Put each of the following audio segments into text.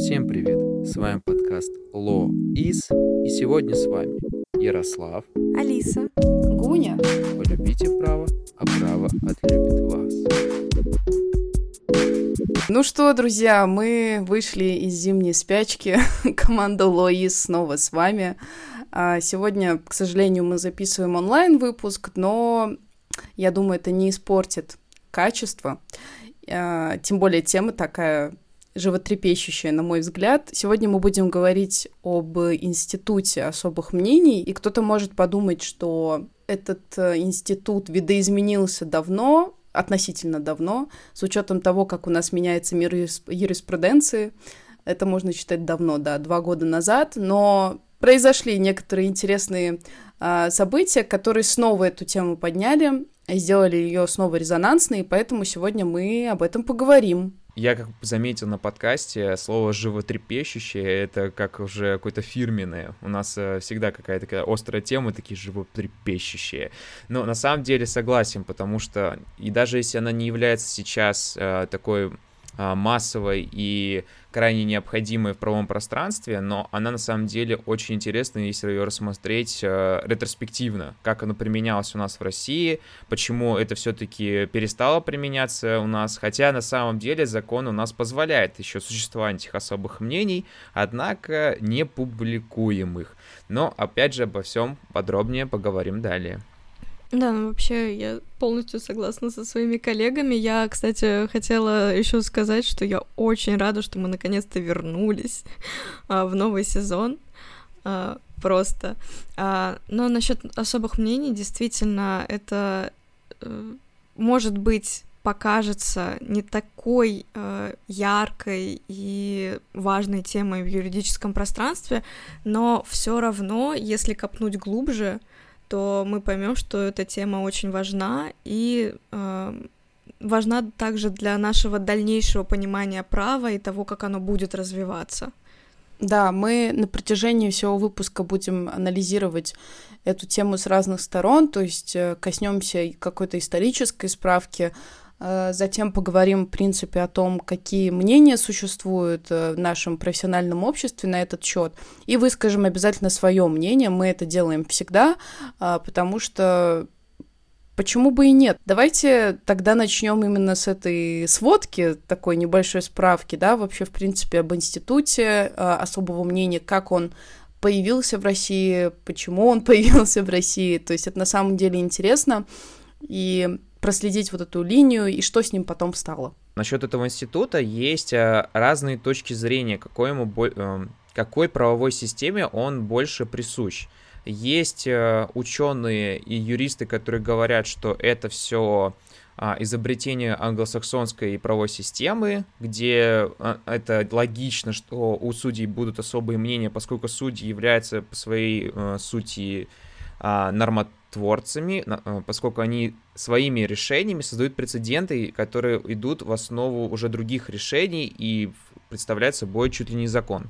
Всем привет! С вами подкаст Law Is, и сегодня с вами Ярослав, Алиса, Гуня. Полюбите право, а право отлюбит вас. Ну что, друзья, мы вышли из зимней спячки. Команда Law Is снова с вами. Сегодня, к сожалению, мы записываем онлайн-выпуск, но я думаю, это не испортит качество. Тем более тема такая животрепещущая, на мой взгляд. Сегодня мы будем говорить об институте особых мнений, и кто-то может подумать, что этот институт видоизменился давно, относительно давно, с учетом того, как у нас меняется мир юриспруденции. Это можно считать давно, 2 года назад, но произошли некоторые интересные события, которые снова эту тему подняли, сделали ее снова резонансной, и поэтому сегодня мы об этом поговорим. Я как заметил на подкасте, слово «животрепещущее» — это как уже какое-то фирменное. У нас всегда какая-то такая острая тема, такие животрепещущие. Но на самом деле согласен, потому что, и даже если она не является сейчас такой массовой и крайне необходимой в правовом пространстве, но она на самом деле очень интересна, если ее рассмотреть ретроспективно, как оно применялось у нас в России, почему это все-таки перестало применяться у нас, хотя на самом деле закон у нас позволяет еще существование этих особых мнений, однако не публикуем их. Но опять же обо всем подробнее поговорим далее. Да, ну вообще я полностью согласна со своими коллегами. Я, кстати, хотела еще сказать, что я очень рада, что мы наконец-то вернулись в новый сезон. Просто. Но насчет особых мнений, действительно, это, может быть, покажется не такой яркой и важной темой в юридическом пространстве, но все равно, если копнуть глубже, то мы поймем, что эта тема очень важна и важна также для нашего дальнейшего понимания права и того, как оно будет развиваться. Да, мы на протяжении всего выпуска будем анализировать эту тему с разных сторон, то есть коснемся какой-то исторической справки, затем поговорим, в принципе, о том, какие мнения существуют в нашем профессиональном обществе на этот счет, и выскажем обязательно свое мнение. Мы это делаем всегда, потому что почему бы и нет? Давайте тогда начнем именно с этой сводки, такой небольшой справки, вообще, в принципе, об институте особого мнения, как он появился в России, почему он появился в России. То есть это на самом деле интересно, и проследить вот эту линию, и что с ним потом стало. Насчет этого института есть разные точки зрения, какой правовой системе он больше присущ. Есть ученые и юристы, которые говорят, что это все изобретение англосаксонской правовой системы, где это логично, что у судей будут особые мнения, поскольку судьи являются по своей сути нормотворцами, поскольку они своими решениями создают прецеденты, которые идут в основу уже других решений и представляют собой чуть ли не закон.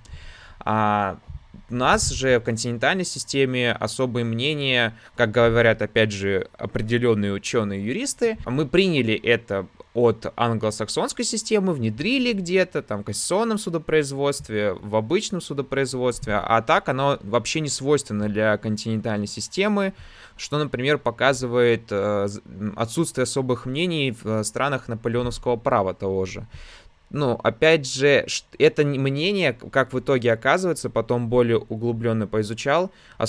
А у нас же в континентальной системе особые мнения, как говорят, опять же, определенные ученые-юристы, мы приняли это от англосаксонской системы, внедрили где-то, там, в конституционном судопроизводстве, в обычном судопроизводстве, а так оно вообще не свойственно для континентальной системы, что, например, показывает отсутствие особых мнений в странах наполеоновского права того же. Ну, опять же, это мнение, как в итоге оказывается, потом более углубленно поизучал,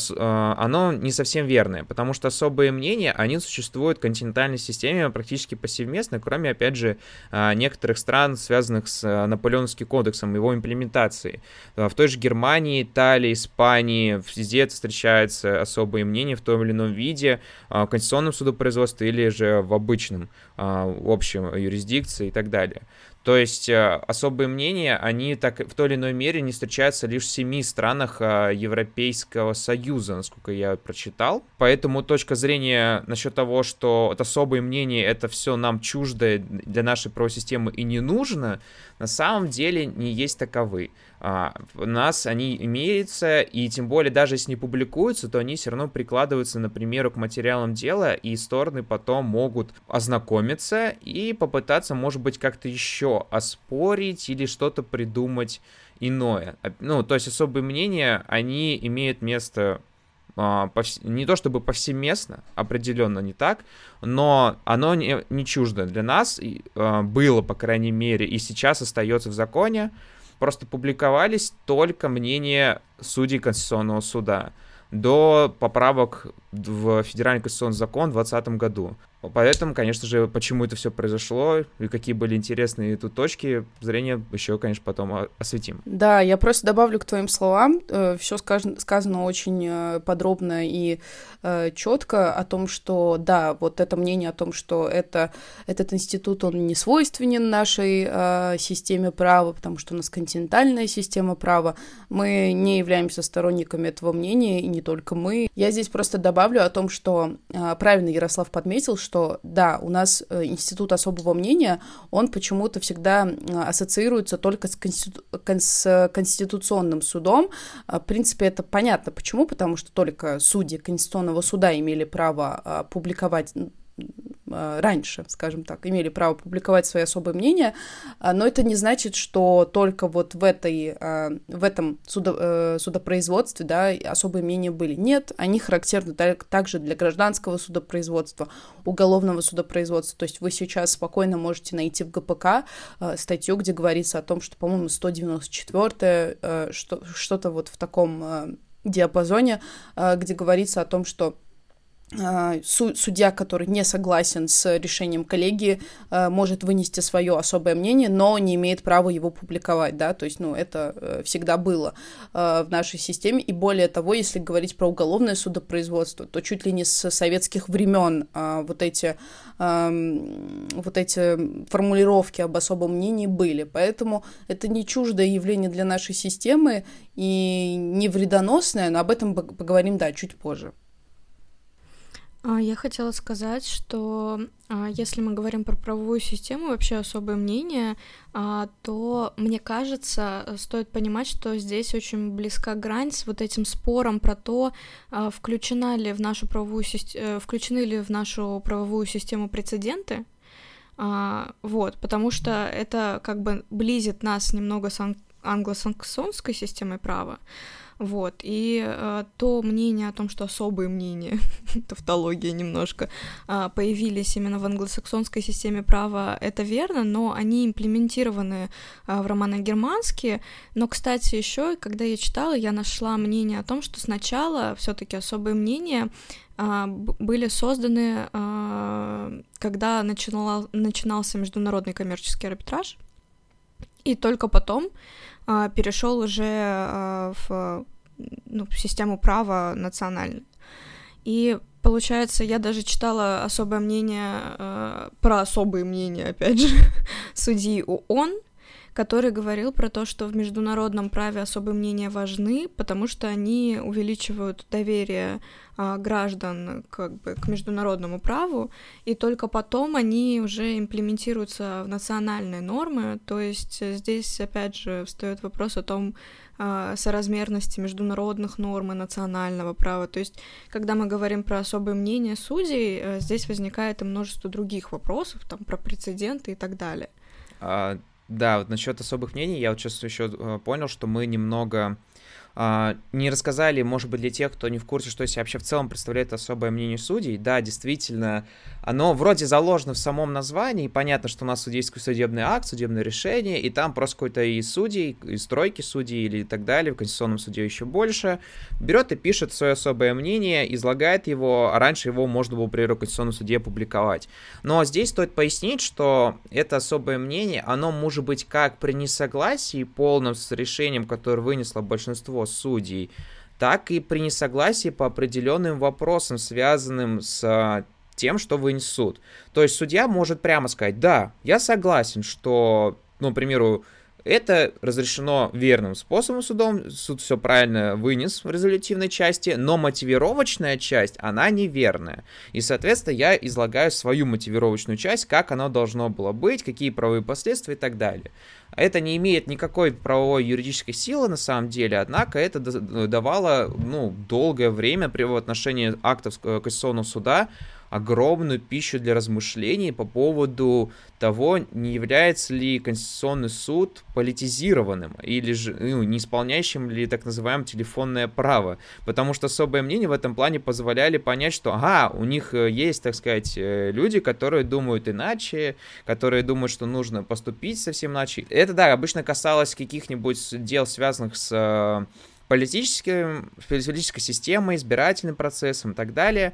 оно не совсем верное, потому что особые мнения, они существуют в континентальной системе практически повсеместно, кроме, опять же, некоторых стран, связанных с Наполеоновским кодексом, его имплементацией. В той же Германии, Италии, Испании, везде это встречаются особые мнения в том или ином виде, в конституционном судопроизводстве или же в обычном, общем юрисдикции и так далее. То есть особые мнения, они так в той или иной мере не встречаются лишь в 7 странах Европейского Союза, насколько я прочитал. Поэтому точка зрения насчет того, что особые мнения это все нам чуждо для нашей правовой системы и не нужно, на самом деле не есть таковы. У нас они имеются, и тем более даже если не публикуются, то они все равно прикладываются, например, к материалам дела, и стороны потом могут ознакомиться и попытаться, может быть, как-то еще его оспорить или что-то придумать иное. Ну, то есть особые мнения, они имеют место не то чтобы повсеместно, определенно не так, но оно не чуждо для нас, было, по крайней мере, и сейчас остается в законе. Просто публиковались только мнения судей Конституционного суда до поправок в Федеральный конституционный закон в 2020 году. Поэтому, конечно же, почему это все произошло и какие были интересные тут точки зрения, еще, конечно, потом осветим. Да, я просто добавлю к твоим словам. Все сказано очень подробно и четко о том, что, да, вот это мнение о том, что этот институт, он не свойственен нашей системе права, потому что у нас континентальная система права. Мы не являемся сторонниками этого мнения, и не только мы. Я здесь просто добавлю о том, что правильно Ярослав подметил, что да, у нас институт особого мнения, он почему-то всегда ассоциируется только с Конституционным судом. В принципе, это понятно. Почему? Потому что только судьи Конституционного суда имели право публиковать раньше, скажем так, имели право публиковать свои особые мнения, но это не значит, что только вот в этом судопроизводстве, да, особые мнения были. Нет, они характерны также для гражданского судопроизводства, уголовного судопроизводства. То есть вы сейчас спокойно можете найти в ГПК статью, где говорится о том, что, по-моему, 194-е, что-то вот в таком диапазоне, где говорится о том, что судья, который не согласен с решением коллегии, может вынести свое особое мнение, но не имеет права его публиковать, да, то есть, это всегда было в нашей системе, и более того, если говорить про уголовное судопроизводство, то чуть ли не с советских времен вот эти формулировки об особом мнении были, поэтому это не чуждое явление для нашей системы и не вредоносное, но об этом поговорим, да, чуть позже. Я хотела сказать, что если мы говорим про правовую систему, вообще особое мнение, то, мне кажется, стоит понимать, что здесь очень близка грань с вот этим спором про то, включены ли в нашу правовую систему прецеденты, вот, потому что это как бы близит нас немного с англосаксонской системой права. Вот, и то мнение о том, что особые мнения, тавтология немножко, появились именно в англосаксонской системе права, это верно, но они имплементированы в романо-германские. Но, кстати, еще, когда я читала, я нашла мнение о том, что сначала все-таки особые мнения были созданы, когда начинался международный коммерческий арбитраж, и только потом перешел уже в систему права национальную. И получается, я даже читала особое мнение, про особые мнения, опять же, судьи ООН, который говорил про то, что в международном праве особые мнения важны, потому что они увеличивают доверие граждан к международному праву, и только потом они уже имплементируются в национальные нормы. То есть здесь, опять же, встаёт вопрос о том, соразмерности международных норм и национального права. То есть, когда мы говорим про особые мнения судей, здесь возникает и множество других вопросов, там, про прецеденты и так далее. Да, вот насчет особых мнений, я вот сейчас еще понял, что мы немного не рассказали, может быть, для тех, кто не в курсе, что себе вообще в целом представляет особое мнение судей. Да, действительно, оно вроде заложено в самом названии, понятно, что у нас есть судебный акт, судебное решение, и там просто какой-то из судей, из тройки судей или так далее, в Конституционном суде еще больше, берет и пишет свое особое мнение, излагает его, а раньше его можно было, например, в Конституционном суде опубликовать. Но здесь стоит пояснить, что это особое мнение, оно может быть как при несогласии полном с решением, которое вынесло большинство судей, так и при несогласии по определенным вопросам, связанным с тем, что вынес суд. То есть судья может прямо сказать: да, я согласен, что, к примеру, это разрешено верным способом судом, суд все правильно вынес в резолютивной части, но мотивировочная часть, она неверная. И, соответственно, я излагаю свою мотивировочную часть, как оно должно было быть, какие правовые последствия и так далее. Это не имеет никакой правовой юридической силы на самом деле, однако это давало долгое время в отношении актов Конституционного суда огромную пищу для размышлений по поводу того, не является ли Конституционный суд политизированным или же не исполняющим ли так называемое телефонное право. Потому что особое мнение в этом плане позволяли понять, что у них есть, так сказать, люди, которые думают иначе, которые думают, что нужно поступить совсем иначе. Это, да, обычно касалось каких-нибудь дел, связанных с политической системой, избирательным процессом и так далее.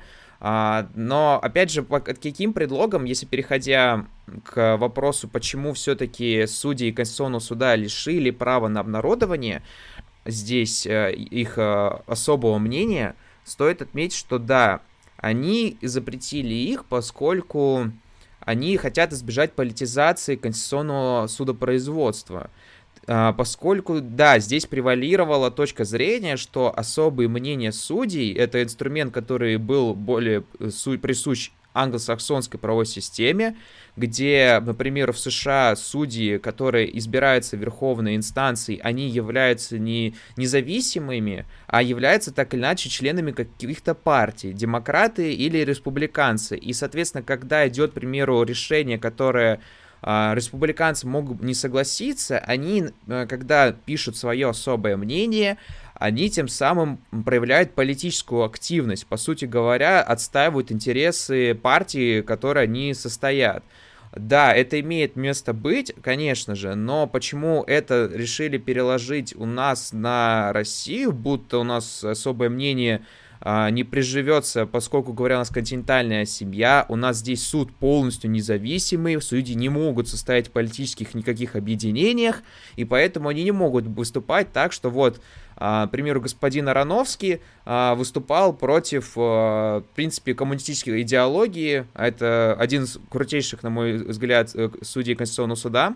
Но, опять же, под каким предлогом, если переходя к вопросу, почему все-таки судьи Конституционного суда лишили права на обнародование здесь их особого мнения, стоит отметить, что да, они запретили их, поскольку они хотят избежать политизации конституционного судопроизводства. Поскольку, да, здесь превалировала точка зрения, что особые мнения судей — это инструмент, который был более присущ англосаксонской правовой системе, где, например, в США судьи, которые избираются верховной инстанцией, они являются не независимыми, а являются так или иначе членами каких-то партий, демократы или республиканцы. И, соответственно, когда идет, к примеру, решение, которое республиканцы могут не согласиться, они, когда пишут свое особое мнение, они тем самым проявляют политическую активность, по сути говоря, отстаивают интересы партии, в которой они состоят. Да, это имеет место быть, конечно же, но почему это решили переложить у нас на Россию, будто у нас особое мнение не приживется, поскольку, говоря, у нас континентальная семья, у нас здесь суд полностью независимый, судьи не могут состоять в политических никаких объединениях, и поэтому они не могут выступать так, что вот, к примеру, господин Ароновский выступал против, в принципе, коммунистической идеологии, это один из крутейших, на мой взгляд, судей Конституционного суда.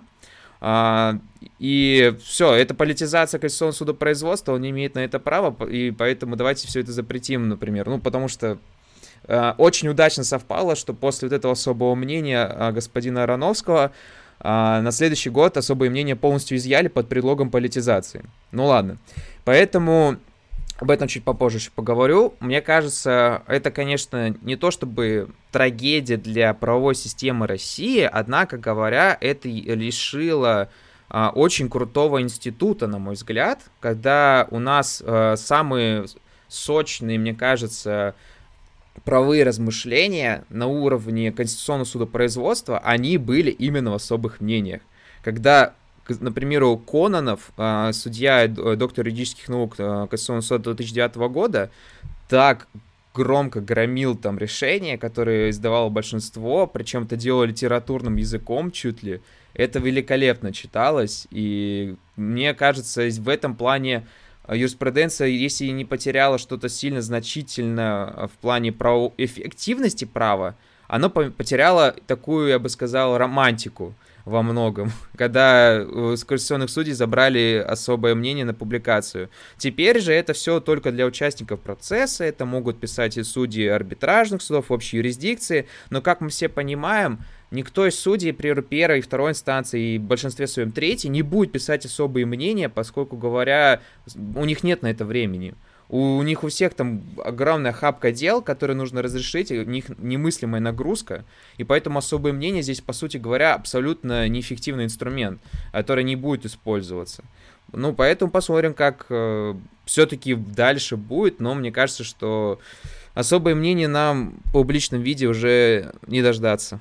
И все, это политизация конституционного судопроизводства, он не имеет на это права, и поэтому давайте все это запретим, например. Потому что очень удачно совпало, что после вот этого особого мнения господина Ароновского на следующий год особое мнение полностью изъяли под предлогом политизации. Ну ладно. Поэтому об этом чуть попозже еще поговорю. Мне кажется, это, конечно, не то чтобы трагедия для правовой системы России, однако говоря, это лишило очень крутого института, на мой взгляд, когда у нас самые сочные, мне кажется, правовые размышления на уровне конституционного судопроизводства, они были именно в особых мнениях. Когда, например, Кононов, судья, доктор юридических наук Конституционного суда 2009 года, так громко громил там решения, которые издавало большинство, причем это делало литературным языком чуть ли. Это великолепно читалось, и мне кажется, в этом плане юриспруденция, если не потеряла что-то сильно значительно в плане эффективности права, она потеряла такую, я бы сказал, романтику во многом, когда с конституционных судей забрали особое мнение на публикацию. Теперь же это все только для участников процесса, это могут писать и судьи арбитражных судов, общей юрисдикции, но, как мы все понимаем, никто из судей первой и второй инстанции, и в большинстве своем третьей, не будет писать особые мнения, поскольку, говоря, у них нет на это времени. У них у всех там огромная хапка дел, которые нужно разрешить, у них немыслимая нагрузка, и поэтому особое мнение здесь, по сути говоря, абсолютно неэффективный инструмент, который не будет использоваться. Поэтому посмотрим, как все-таки дальше будет, но мне кажется, что особое мнение нам в публичном виде уже не дождаться.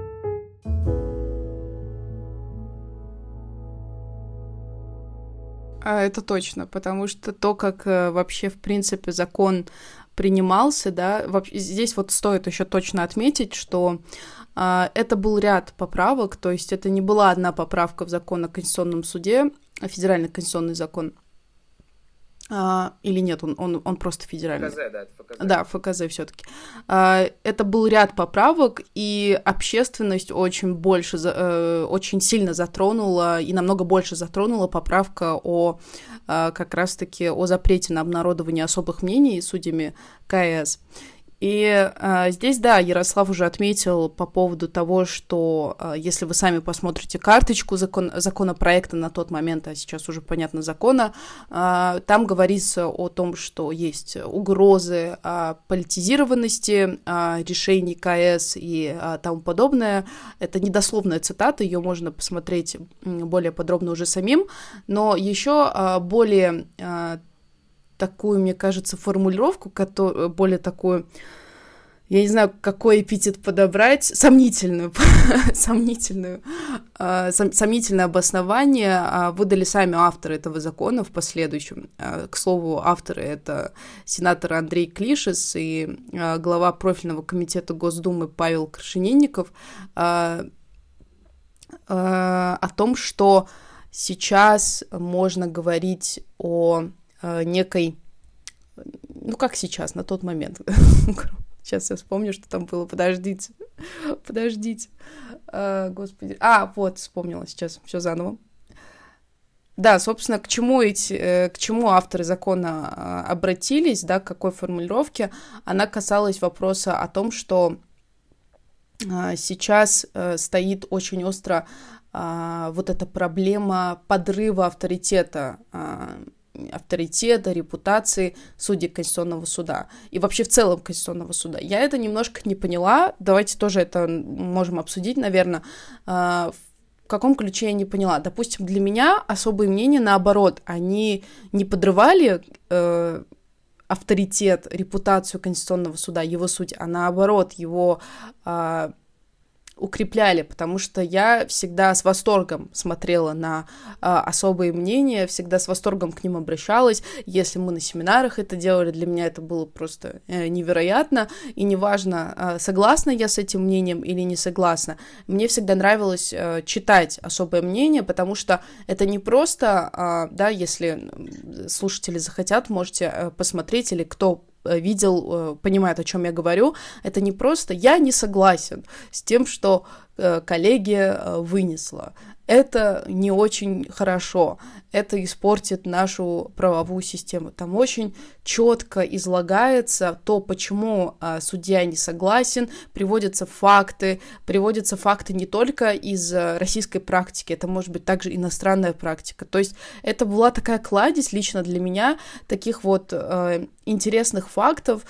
Это точно, потому что то, как вообще, в принципе, закон принимался, да, здесь вот стоит еще точно отметить, что это был ряд поправок, то есть это не была одна поправка в закон о Конституционном суде, федеральный конституционный закон, или нет, он просто федеральный. ФКЗ, да, это ФКЗ. Да, ФКЗ все-таки. Это был ряд поправок, и общественность очень сильно затронула, и намного больше затронула поправка как раз-таки о запрете на обнародование особых мнений судьями КС. И здесь, да, Ярослав уже отметил по поводу того, что если вы сами посмотрите карточку законопроекта на тот момент, а сейчас уже, понятно, закона, там говорится о том, что есть угрозы политизированности решений КС и тому подобное. Это недословная цитата, ее можно посмотреть более подробно уже самим, но еще более такую, мне кажется, формулировку, более такую, я не знаю, какой эпитет подобрать, сомнительное обоснование выдали сами авторы этого закона в последующем. К слову, авторы — это сенатор Андрей Клишес и глава профильного комитета Госдумы Павел Крашенинников о том, что сейчас можно говорить о некой, ну как сейчас, на тот момент. Сейчас я вспомню, что там было. Подождите. Господи. Вот, вспомнила сейчас. Все заново. Да, собственно, к чему авторы закона обратились, да, к какой формулировке? Она касалась вопроса о том, что сейчас стоит очень остро вот эта проблема подрыва авторитета, репутации судей Конституционного суда и вообще в целом Конституционного суда. Я это немножко не поняла, давайте тоже это можем обсудить, наверное, в каком ключе я не поняла. Допустим, для меня особые мнения, наоборот, они не подрывали авторитет, репутацию Конституционного суда, его суть, а наоборот, его укрепляли, потому что я всегда с восторгом смотрела на особые мнения, всегда с восторгом к ним обращалась. Если мы на семинарах это делали, для меня это было просто невероятно, и неважно, согласна я с этим мнением или не согласна, мне всегда нравилось читать особое мнение, потому что это не просто, да, если слушатели захотят, можете посмотреть, или кто видел, понимает, о чем я говорю, это не просто «я не согласен с тем, что коллегия вынесла». Это не очень хорошо, это испортит нашу правовую систему. Там очень четко излагается то, почему судья не согласен, приводятся факты не только из российской практики, это может быть также иностранная практика. То есть это была такая кладезь лично для меня таких вот интересных фактов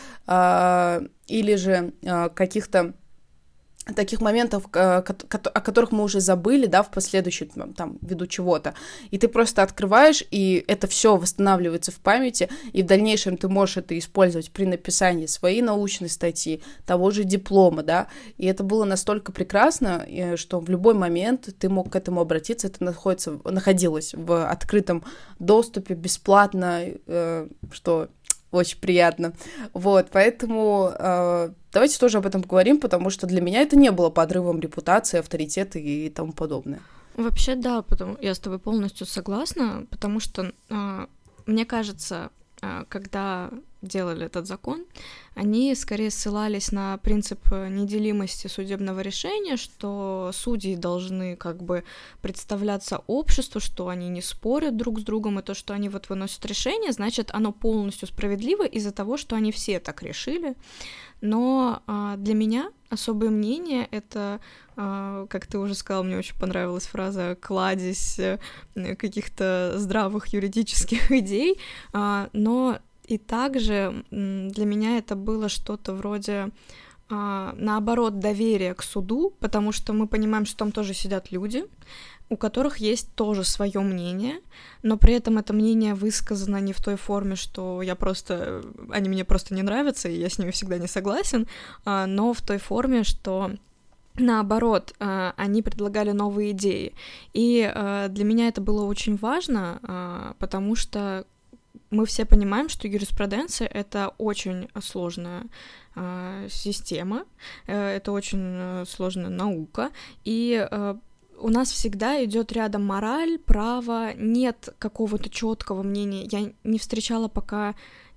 или же каких-то таких моментов, о которых мы уже забыли, да, в последующем, там, ввиду чего-то, и ты просто открываешь, и это все восстанавливается в памяти, и в дальнейшем ты можешь это использовать при написании своей научной статьи, того же диплома, да, и это было настолько прекрасно, что в любой момент ты мог к этому обратиться, это находилось в открытом доступе, бесплатно, что очень приятно. Вот, поэтому давайте тоже об этом поговорим, потому что для меня это не было подрывом репутации, авторитета и тому подобное. Вообще, да, я с тобой полностью согласна, потому что мне кажется, когда делали этот закон, они скорее ссылались на принцип неделимости судебного решения, что судьи должны как бы представляться обществу, что они не спорят друг с другом, и то, что они вот выносят решение, значит, оно полностью справедливо из-за того, что они все так решили. Но для меня особое мнение — это, как ты уже сказал, мне очень понравилась фраза «кладезь каких-то здравых юридических идей», но и также для меня это было что-то вроде, наоборот, доверия к суду, потому что мы понимаем, что там тоже сидят люди, у которых есть тоже свое мнение, но при этом это мнение высказано не в той форме, что они мне просто не нравятся, и я с ними всегда не согласен, но в той форме, что наоборот, они предлагали новые идеи. И для меня это было очень важно, потому что мы все понимаем, что юриспруденция — это очень сложная система, это очень сложная наука, и у нас всегда идет рядом мораль, право, нет какого-то четкого мнения. Я не встречала пока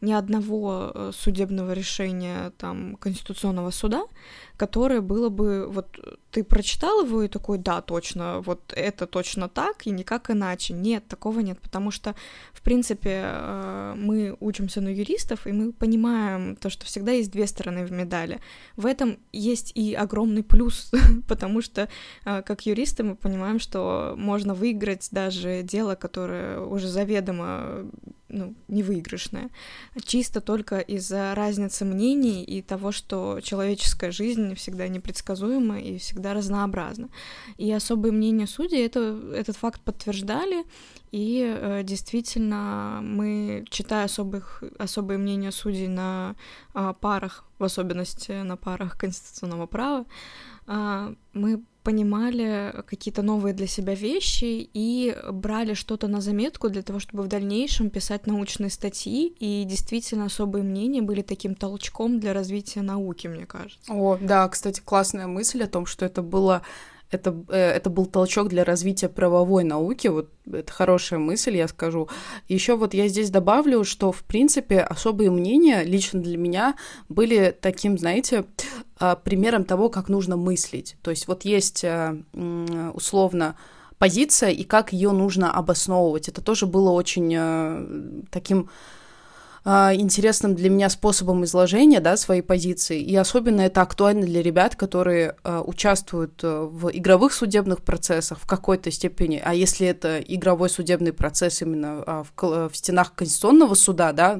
ни одного судебного решения там Конституционного суда, которое было бы, вот ты прочитал его и такой, да, точно, вот это точно так и никак иначе. Нет, такого нет, потому что, в принципе, мы учимся на юристов, и мы понимаем то, что всегда есть две стороны в медали. В этом есть и огромный плюс, потому что, как юристы, мы понимаем, что можно выиграть даже дело, которое уже заведомо невыигрышное, чисто только из-за разницы мнений и того, что человеческая жизнь всегда непредсказуема и всегда разнообразна. И особые мнения судей этот факт подтверждали, и действительно мы, читая особые мнения судей на парах, в особенности на парах конституционного права, мы понимали какие-то новые для себя вещи и брали что-то на заметку для того, чтобы в дальнейшем писать научные статьи, и действительно особые мнения были таким толчком для развития науки, мне кажется. О, да, кстати, классная мысль о том, что это был толчок для развития правовой науки, вот это хорошая мысль, я скажу. Еще вот я здесь добавлю, что, в принципе, особые мнения лично для меня были таким, знаете, примером того, как нужно мыслить. То есть вот есть условно позиция и как ее нужно обосновывать. Это тоже было очень таким интересным для меня способом изложения, да, своей позиции, и особенно это актуально для ребят, которые участвуют в игровых судебных процессах в какой-то степени, а если это игровой судебный процесс именно в стенах Конституционного суда, да,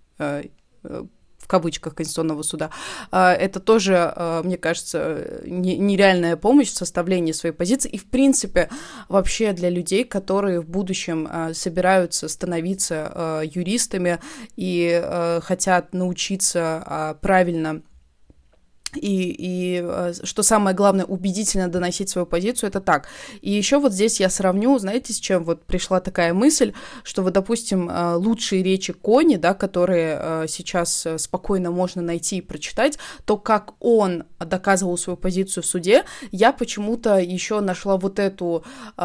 в кавычках Конституционного суда, это тоже, мне кажется, нереальная помощь в составлении своей позиции. И, в принципе, вообще для людей, которые в будущем собираются становиться юристами и хотят научиться правильно и что самое главное, убедительно доносить свою позицию, это так. И еще вот здесь я сравню, знаете, с чем вот пришла такая мысль, что вот, допустим, лучшие речи Кони, да, которые сейчас спокойно можно найти и прочитать, то, как он доказывал свою позицию в суде, я почему-то еще нашла вот эту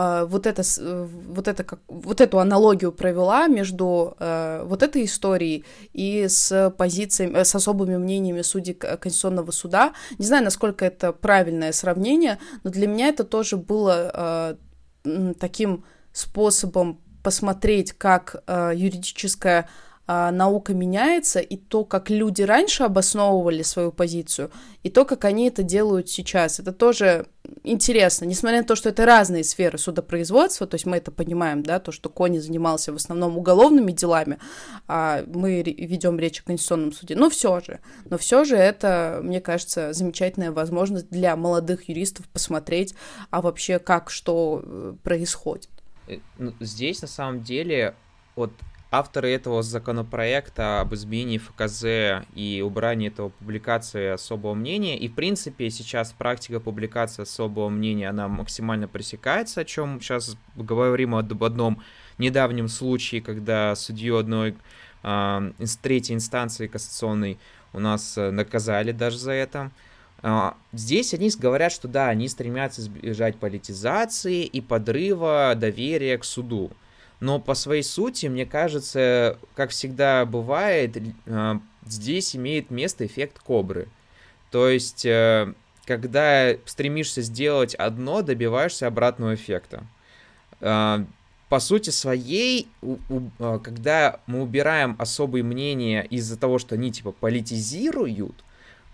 аналогию провела между вот этой историей и с позициями, с особыми мнениями судей Конституционного суда. Не знаю, насколько это правильное сравнение, но для меня это тоже было таким способом посмотреть, как юридическая наука меняется, и то, как люди раньше обосновывали свою позицию, и то, как они это делают сейчас. Это тоже интересно, несмотря на то, что это разные сферы судопроизводства, то есть мы это понимаем, да, то, что Кони занимался в основном уголовными делами, а мы ведем речь о Конституционном суде, но все же это, мне кажется, замечательная возможность для молодых юристов посмотреть, а вообще как, что происходит. Здесь, на самом деле, вот авторы этого законопроекта об изменении ФКЗ и убрании этого публикации особого мнения, и, в принципе, сейчас практика публикации особого мнения, она максимально пресекается, о чем сейчас говорим об одном недавнем случае, когда судью одной из третьей инстанции кассационной у нас наказали даже за это. Здесь они говорят, что да, они стремятся избежать политизации и подрыва доверия к суду. Но по своей сути, мне кажется, как всегда бывает, здесь имеет место эффект кобры. То есть, когда стремишься сделать одно, добиваешься обратного эффекта. По сути своей, когда мы убираем особые мнения из-за того, что они типа политизируют,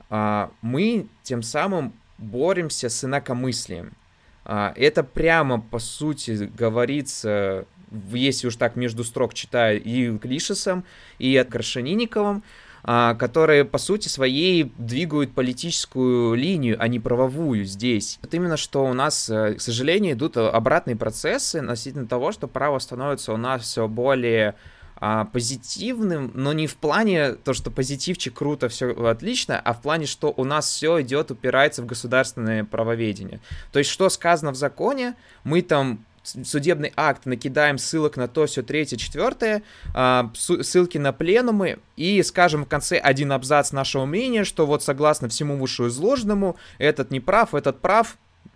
мы тем самым боремся с инакомыслием. Это прямо, по сути, говорится, если уж так между строк читаю, и Клишесом, и Крашенинниковым, которые, по сути своей, двигают политическую линию, а не правовую здесь. Вот именно что у нас, к сожалению, идут обратные процессы относительно того, что право становится у нас все более позитивным, но не в плане то, что позитивчик, круто, все отлично, а в плане, что у нас все идет, упирается в государственное правоведение. То есть, что сказано в законе, мы там судебный акт накидаем ссылок на то, все, третье, четвертое, ссылки на пленумы, и скажем в конце один абзац нашего мнения, что вот согласно всему вышеизложенному, этот не прав, этот прав,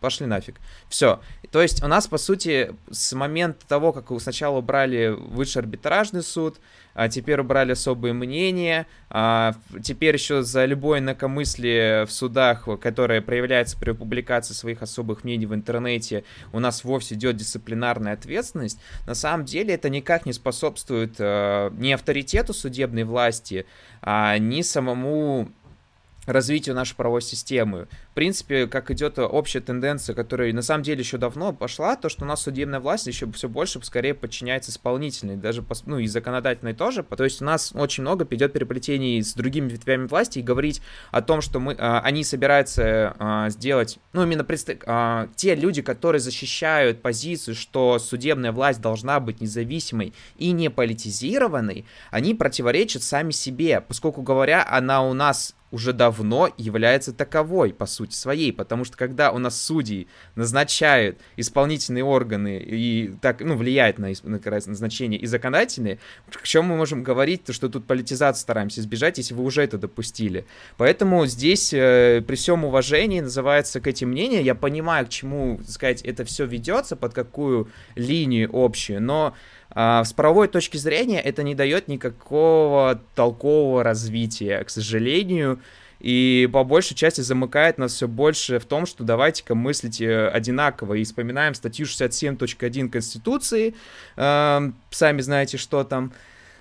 пошли нафиг. Все. То есть у нас, по сути, с момента того, как сначала убрали высший арбитражный суд, а теперь убрали особые мнения, теперь еще за любое инакомыслие в судах, которое проявляется при публикации своих особых мнений в интернете, у нас вовсе идет дисциплинарная ответственность. На самом деле это никак не способствует ни авторитету судебной власти, ни самому развитию нашей правовой системы. В принципе, как идет общая тенденция, которая на самом деле еще давно пошла, то, что у нас судебная власть еще все больше, скорее подчиняется исполнительной, даже, и законодательной тоже. То есть у нас очень много идет переплетений с другими ветвями власти, и говорить о том, что они собираются сделать, именно те люди, которые защищают позицию, что судебная власть должна быть независимой и не политизированной, они противоречат сами себе, поскольку, говоря, она у нас уже давно является таковой, по сути своей, потому что когда у нас судьи назначают исполнительные органы и так, влияют на назначение и законодательные, о чем мы можем говорить, то что тут политизацию стараемся избежать, если вы уже это допустили. Поэтому здесь, при всем уважении, называется к этим мнениям, я понимаю, к чему, так сказать, это все ведется, под какую линию общую, но с правовой точки зрения это не дает никакого толкового развития, к сожалению, и по большей части замыкает нас все больше в том, что давайте-ка мыслить одинаково. И вспоминаем статью 67.1 Конституции, сами знаете, что там.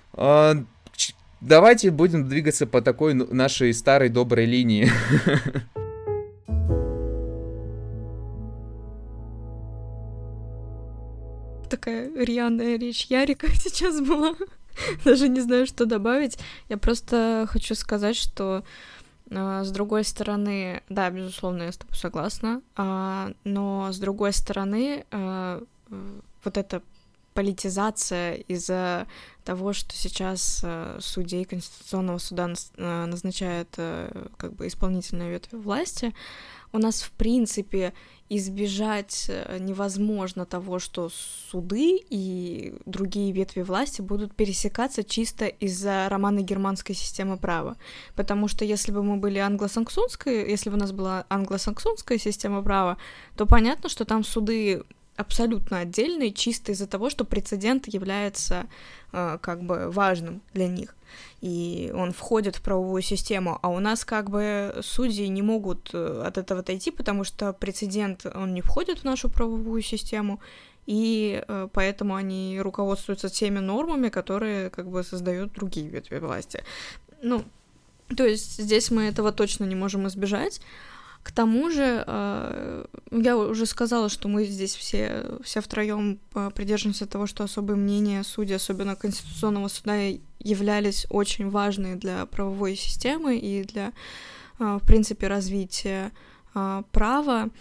Давайте будем двигаться по такой нашей старой доброй линии. Такая рьяная речь Ярика сейчас была. Даже не знаю, что добавить. Я просто хочу сказать, что с другой стороны, да, безусловно, я с тобой согласна, но с другой стороны, вот эта политизация из-за того, что сейчас судей Конституционного суда назначает как бы исполнительная ветвь власти, у нас, в принципе, избежать невозможно того, что суды и другие ветви власти будут пересекаться чисто из-за романо-германской системы права. Потому что если бы мы были если бы у нас была англосаксонская система права, то понятно, что там суды абсолютно отдельные, чисто из-за того, что прецедент является как бы важным для них, и он входит в правовую систему, а у нас как бы судьи не могут от этого отойти, потому что прецедент, он не входит в нашу правовую систему, и поэтому они руководствуются теми нормами, которые как бы создают другие ветви власти. То есть здесь мы этого точно не можем избежать. К тому же, я уже сказала, что мы здесь все втроем придерживаемся того, что особые мнения судей, особенно Конституционного суда, являлись очень важные для правовой системы и для, в принципе, развития права.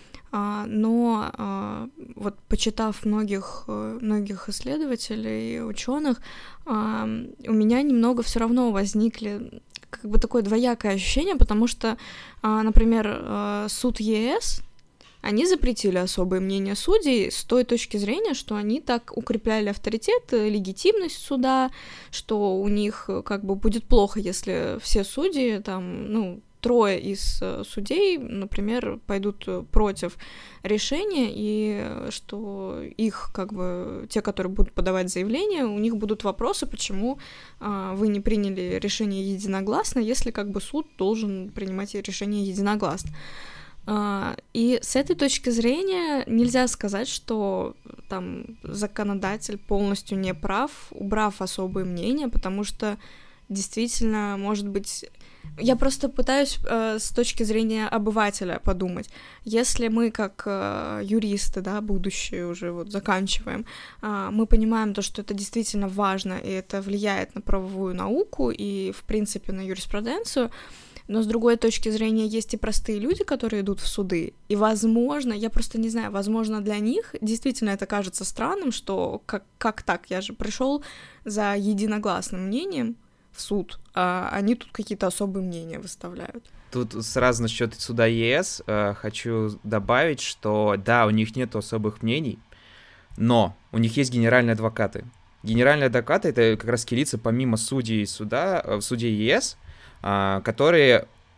Но вот почитав многих исследователей и ученых, у меня немного все равно возникли как бы такое двоякое ощущение, потому что, например, суд ЕС, они запретили особые мнения судей с той точки зрения, что они так укрепляли авторитет, легитимность суда, что у них как бы будет плохо, если все судьи там, трое из судей, например, пойдут против решения, и что их, как бы, те, которые будут подавать заявление, у них будут вопросы, почему вы не приняли решение единогласно, если, как бы, суд должен принимать решение единогласно. И с этой точки зрения нельзя сказать, что там законодатель полностью не прав, убрав особые мнения, потому что действительно, может быть... Я просто пытаюсь с точки зрения обывателя подумать. Если мы, как юристы, да, будущие уже вот заканчиваем, мы понимаем то, что это действительно важно, и это влияет на правовую науку и, в принципе, на юриспруденцию, но с другой точки зрения есть и простые люди, которые идут в суды, и, возможно, я просто не знаю, возможно, для них действительно это кажется странным, что как так, я же пришел за единогласным мнением в суд, а они тут какие-то особые мнения выставляют. Тут сразу насчет суда ЕС хочу добавить, что да, у них нет особых мнений, но у них есть генеральные адвокаты. Генеральные адвокаты — это как раз лица помимо судей суда, в суде ЕС, которые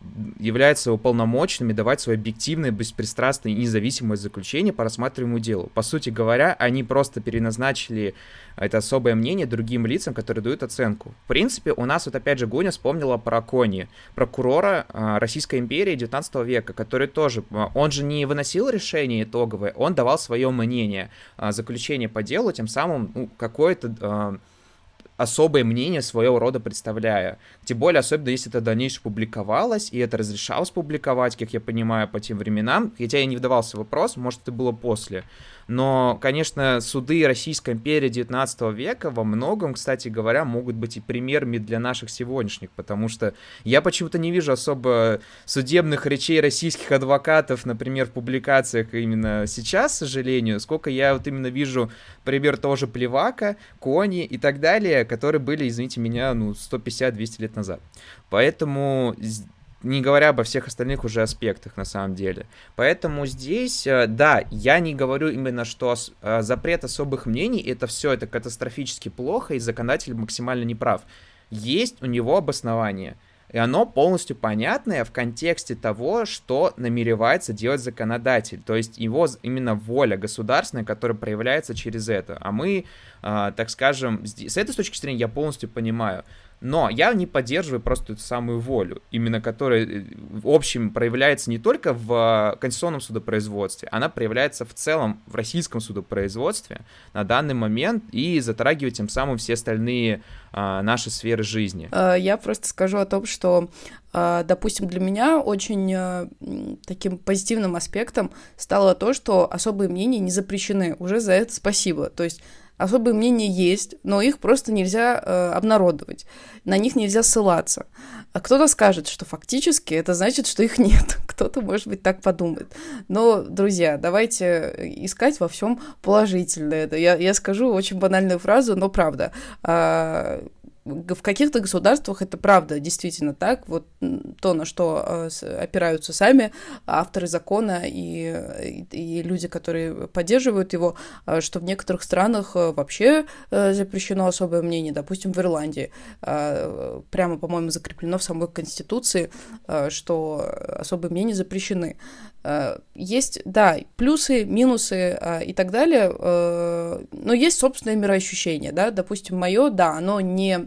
являются уполномоченными давать свое объективное, беспристрастное и независимое заключение по рассматриваемому делу. По сути говоря, они просто переназначили это особое мнение другим лицам, которые дают оценку. В принципе, у нас вот опять же Гуня вспомнила про Кони, прокурора Российской империи 19 века, который тоже, он же не выносил решение итоговое, он давал свое мнение, заключение по делу, тем самым какое-то особое мнение своего рода представляя. Тем более, особенно если это дальнейшее публиковалось, и это разрешалось публиковать, как я понимаю, по тем временам, хотя я не вдавался в вопрос, может, это было после. Но, конечно, суды Российской империи 19 века во многом, кстати говоря, могут быть и примерами для наших сегодняшних, потому что я почему-то не вижу особо судебных речей российских адвокатов, например, в публикациях именно сейчас, к сожалению, сколько я вот именно вижу, например, того же Плевака, Кони и так далее, которые были, извините меня, 150-200 лет назад. Поэтому, не говоря обо всех остальных уже аспектах, на самом деле. Поэтому здесь, да, я не говорю именно, что запрет особых мнений, это катастрофически плохо, и законодатель максимально неправ. Есть у него обоснование, и оно полностью понятное в контексте того, что намеревается делать законодатель. То есть его именно воля государственная, которая проявляется через это. А мы, так скажем, с этой точки зрения я полностью понимаю. Но я не поддерживаю просто эту самую волю, именно которая в общем проявляется не только в конституционном судопроизводстве, она проявляется в целом в российском судопроизводстве на данный момент и затрагивает тем самым все остальные наши сферы жизни. Я просто скажу о том, что, допустим, для меня очень таким позитивным аспектом стало то, что особые мнения не запрещены. Уже за это спасибо. То есть особые мнения есть, но их просто нельзя обнародовать, на них нельзя ссылаться. А кто-то скажет, что фактически это значит, что их нет. Кто-то, может быть, так подумает. Но, друзья, давайте искать во всем положительное. Я скажу очень банальную фразу, но правда. В каких-то государствах это правда действительно так, вот то, на что опираются сами авторы закона и люди, которые поддерживают его, что в некоторых странах вообще запрещено особое мнение, допустим, в Ирландии, прямо, по-моему, закреплено в самой Конституции, что особые мнения запрещены. Есть, да, плюсы, минусы и так далее, но есть собственное мироощущение, да, допустим, мое, да, оно не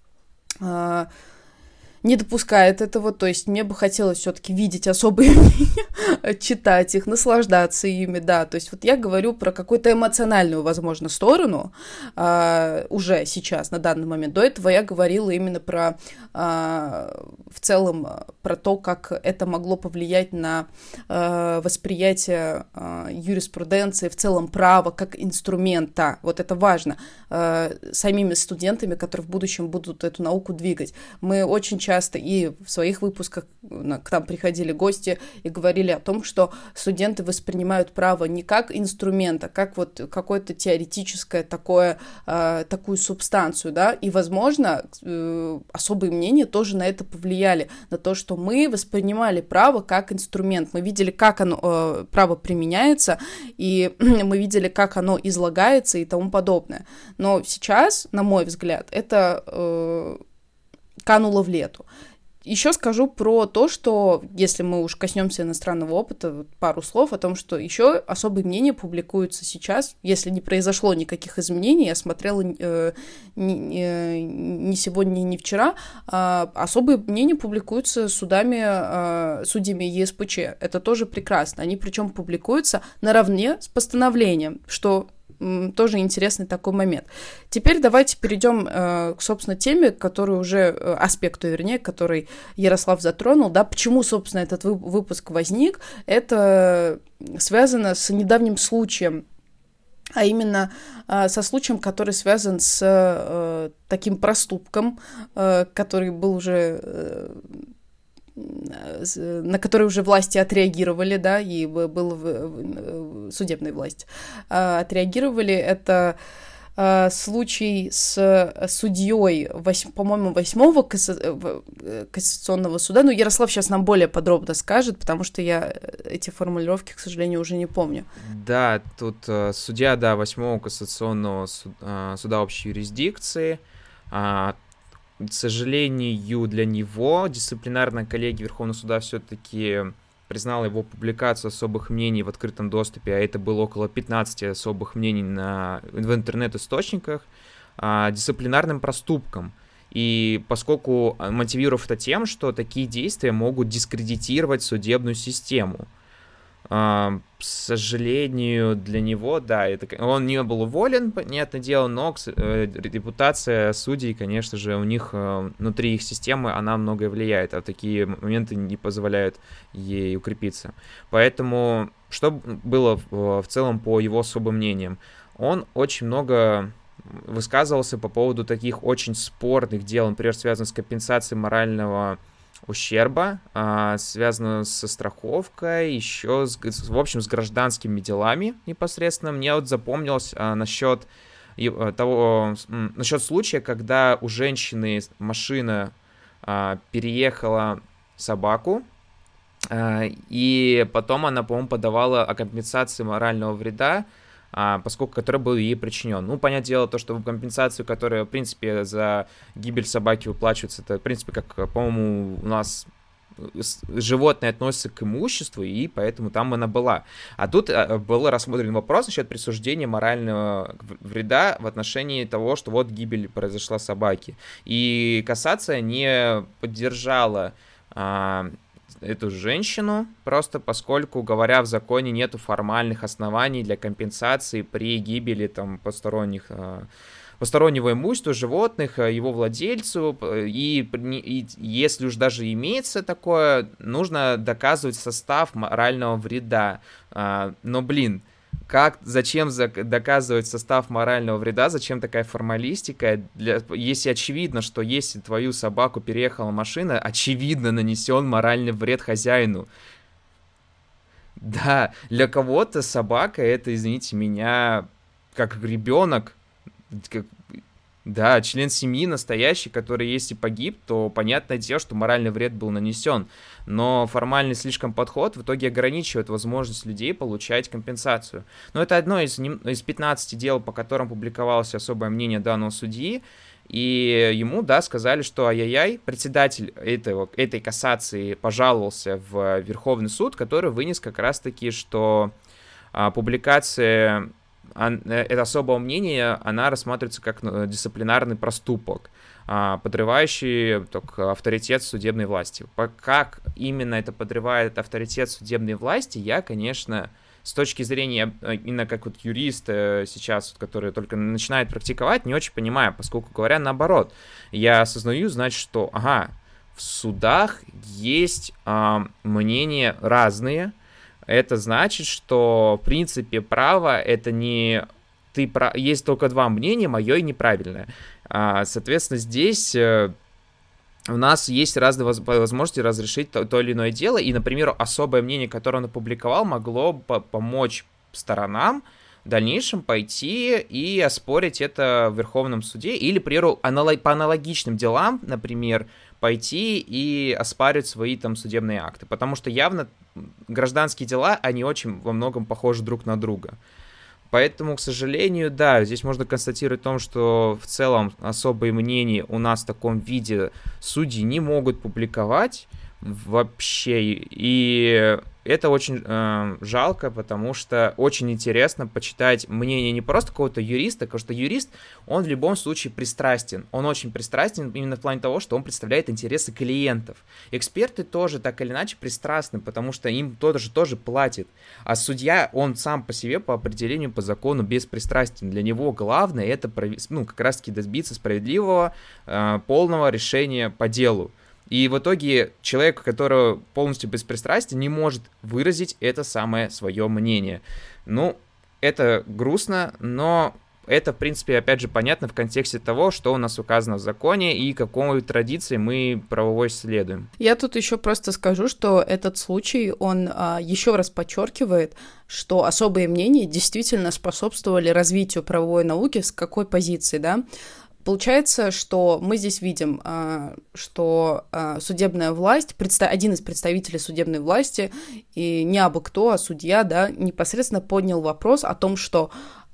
допускает этого, то есть мне бы хотелось все-таки видеть особые мнения, читать их, наслаждаться ими, да, то есть вот я говорю про какую-то эмоциональную, возможно, сторону уже сейчас, на данный момент. До этого я говорила именно про, в целом, про то, как это могло повлиять на восприятие юриспруденции, в целом права как инструмента, вот это важно, самими студентами, которые в будущем будут эту науку двигать. Мы очень часто и в своих выпусках к нам приходили гости и говорили о том, что студенты воспринимают право не как инструмент, а как вот какое-то теоретическое такую субстанцию, да, и, возможно, особые мнения тоже на это повлияли, на то, что мы воспринимали право как инструмент, мы видели, как оно, право применяется, и мы видели, как оно излагается и тому подобное. Но сейчас, на мой взгляд, это кануло в лету. Еще скажу про то, что, если мы уж коснемся иностранного опыта, пару слов о том, что еще особые мнения публикуются сейчас, если не произошло никаких изменений, я смотрела не сегодня, не вчера, особые мнения публикуются судьями ЕСПЧ. Это тоже прекрасно. Они причем публикуются наравне с постановлением, что тоже интересный такой момент. Теперь давайте перейдем к, собственно, теме, аспекту, который Ярослав затронул, да, почему, собственно, этот выпуск возник. Это связано с недавним случаем, а именно со случаем, который связан с таким проступком, который был уже на который уже власти отреагировали, да, и судебные власти отреагировали. Это случай с судьей, по-моему, 8-го кассационного суда. Ну, Ярослав сейчас нам более подробно скажет, потому что я эти формулировки, к сожалению, уже не помню. Да, тут судья, да, 8-го кассационного суда общей юрисдикции, к сожалению, для него дисциплинарная коллегия Верховного суда все-таки признала его публикацию особых мнений в открытом доступе, а это было около 15 особых мнений в интернет-источниках, дисциплинарным проступком. И поскольку мотивировав это тем, что такие действия могут дискредитировать судебную систему. К сожалению, для него, да, он не был уволен, понятное дело, но репутация судей, конечно же, у них внутри их системы, она многое влияет, а такие моменты не позволяют ей укрепиться. Поэтому, что было в целом по его особым мнениям? Он очень много высказывался по поводу таких очень спорных дел, например, связанных с компенсацией морального ущерба, связано со страховкой, еще, в общем, с гражданскими делами непосредственно. Мне вот запомнилось насчет случая, когда у женщины машина переехала собаку, и потом она, по-моему, подавала о компенсации морального вреда, который был ей причинен. Ну, понятное дело, то, что компенсацию, которая, в принципе, за гибель собаки выплачивается, это, в принципе, как, по-моему, у нас животное относится к имуществу, и поэтому там она была. А тут был рассмотрен вопрос насчет присуждения морального вреда в отношении того, что вот гибель произошла собаки. И кассация не поддержала эту женщину, просто поскольку, говоря в законе, нету формальных оснований для компенсации при гибели там постороннего имущества, животных, его владельцу, и если уж даже имеется такое, нужно доказывать состав морального вреда. Но, зачем доказывать состав морального вреда, зачем такая формалистика, если очевидно, что если твою собаку переехала машина, очевидно нанесен моральный вред хозяину. Да, для кого-то собака это, извините меня, как ребенок, да, член семьи настоящий, который если погиб, то понятное дело, что моральный вред был нанесен. Но формальный слишком подход в итоге ограничивает возможность людей получать компенсацию. Но это одно из 15 дел, по которым публиковалось особое мнение данного судьи. И ему, да, сказали, что ай-яй-яй, председатель этой кассации пожаловался в Верховный суд, который вынес как раз-таки, что публикация это особое мнение, она рассматривается как дисциплинарный проступок, подрывающий авторитет судебной власти. Как именно это подрывает авторитет судебной власти, я, конечно, с точки зрения именно как вот юрист сейчас, который только начинает практиковать, не очень понимаю, поскольку говоря наоборот, я осознаю, значит, что, в судах есть мнения разные. Это значит, что, в принципе, право — это не... Есть только два мнения, мое и неправильное. Соответственно, здесь у нас есть разные возможности разрешить то или иное дело, и, например, особое мнение, которое он опубликовал, могло помочь сторонам в дальнейшем пойти и оспорить это в Верховном суде, или, к примеру, по аналогичным делам, например, пойти и оспаривать свои там судебные акты, потому что явно гражданские дела, они очень во многом похожи друг на друга. Поэтому, к сожалению, да, здесь можно констатировать о том, что в целом особые мнения у нас в таком виде судьи не могут публиковать вообще, и это очень жалко, потому что очень интересно почитать мнение не просто какого-то юриста, потому что юрист, он в любом случае пристрастен, он очень пристрастен именно в плане того, что он представляет интересы клиентов. Эксперты тоже так или иначе пристрастны, потому что им тоже платят, а судья, он сам по себе по определению, по закону беспристрастен. Для него главное это как раз-таки добиться справедливого, полного решения по делу. И в итоге человек, который полностью беспристрастен, не может выразить это самое свое мнение. Это грустно, но это, в принципе, опять же, понятно в контексте того, что у нас указано в законе и какой традиции мы правовой следуем. Я тут еще просто скажу, что этот случай, он еще раз подчеркивает, что особые мнения действительно способствовали развитию правовой науки, с какой позиции, да? Получается, что мы здесь видим, что судебная власть, один из представителей судебной власти, и не абы кто, а судья, да, непосредственно поднял вопрос о том, что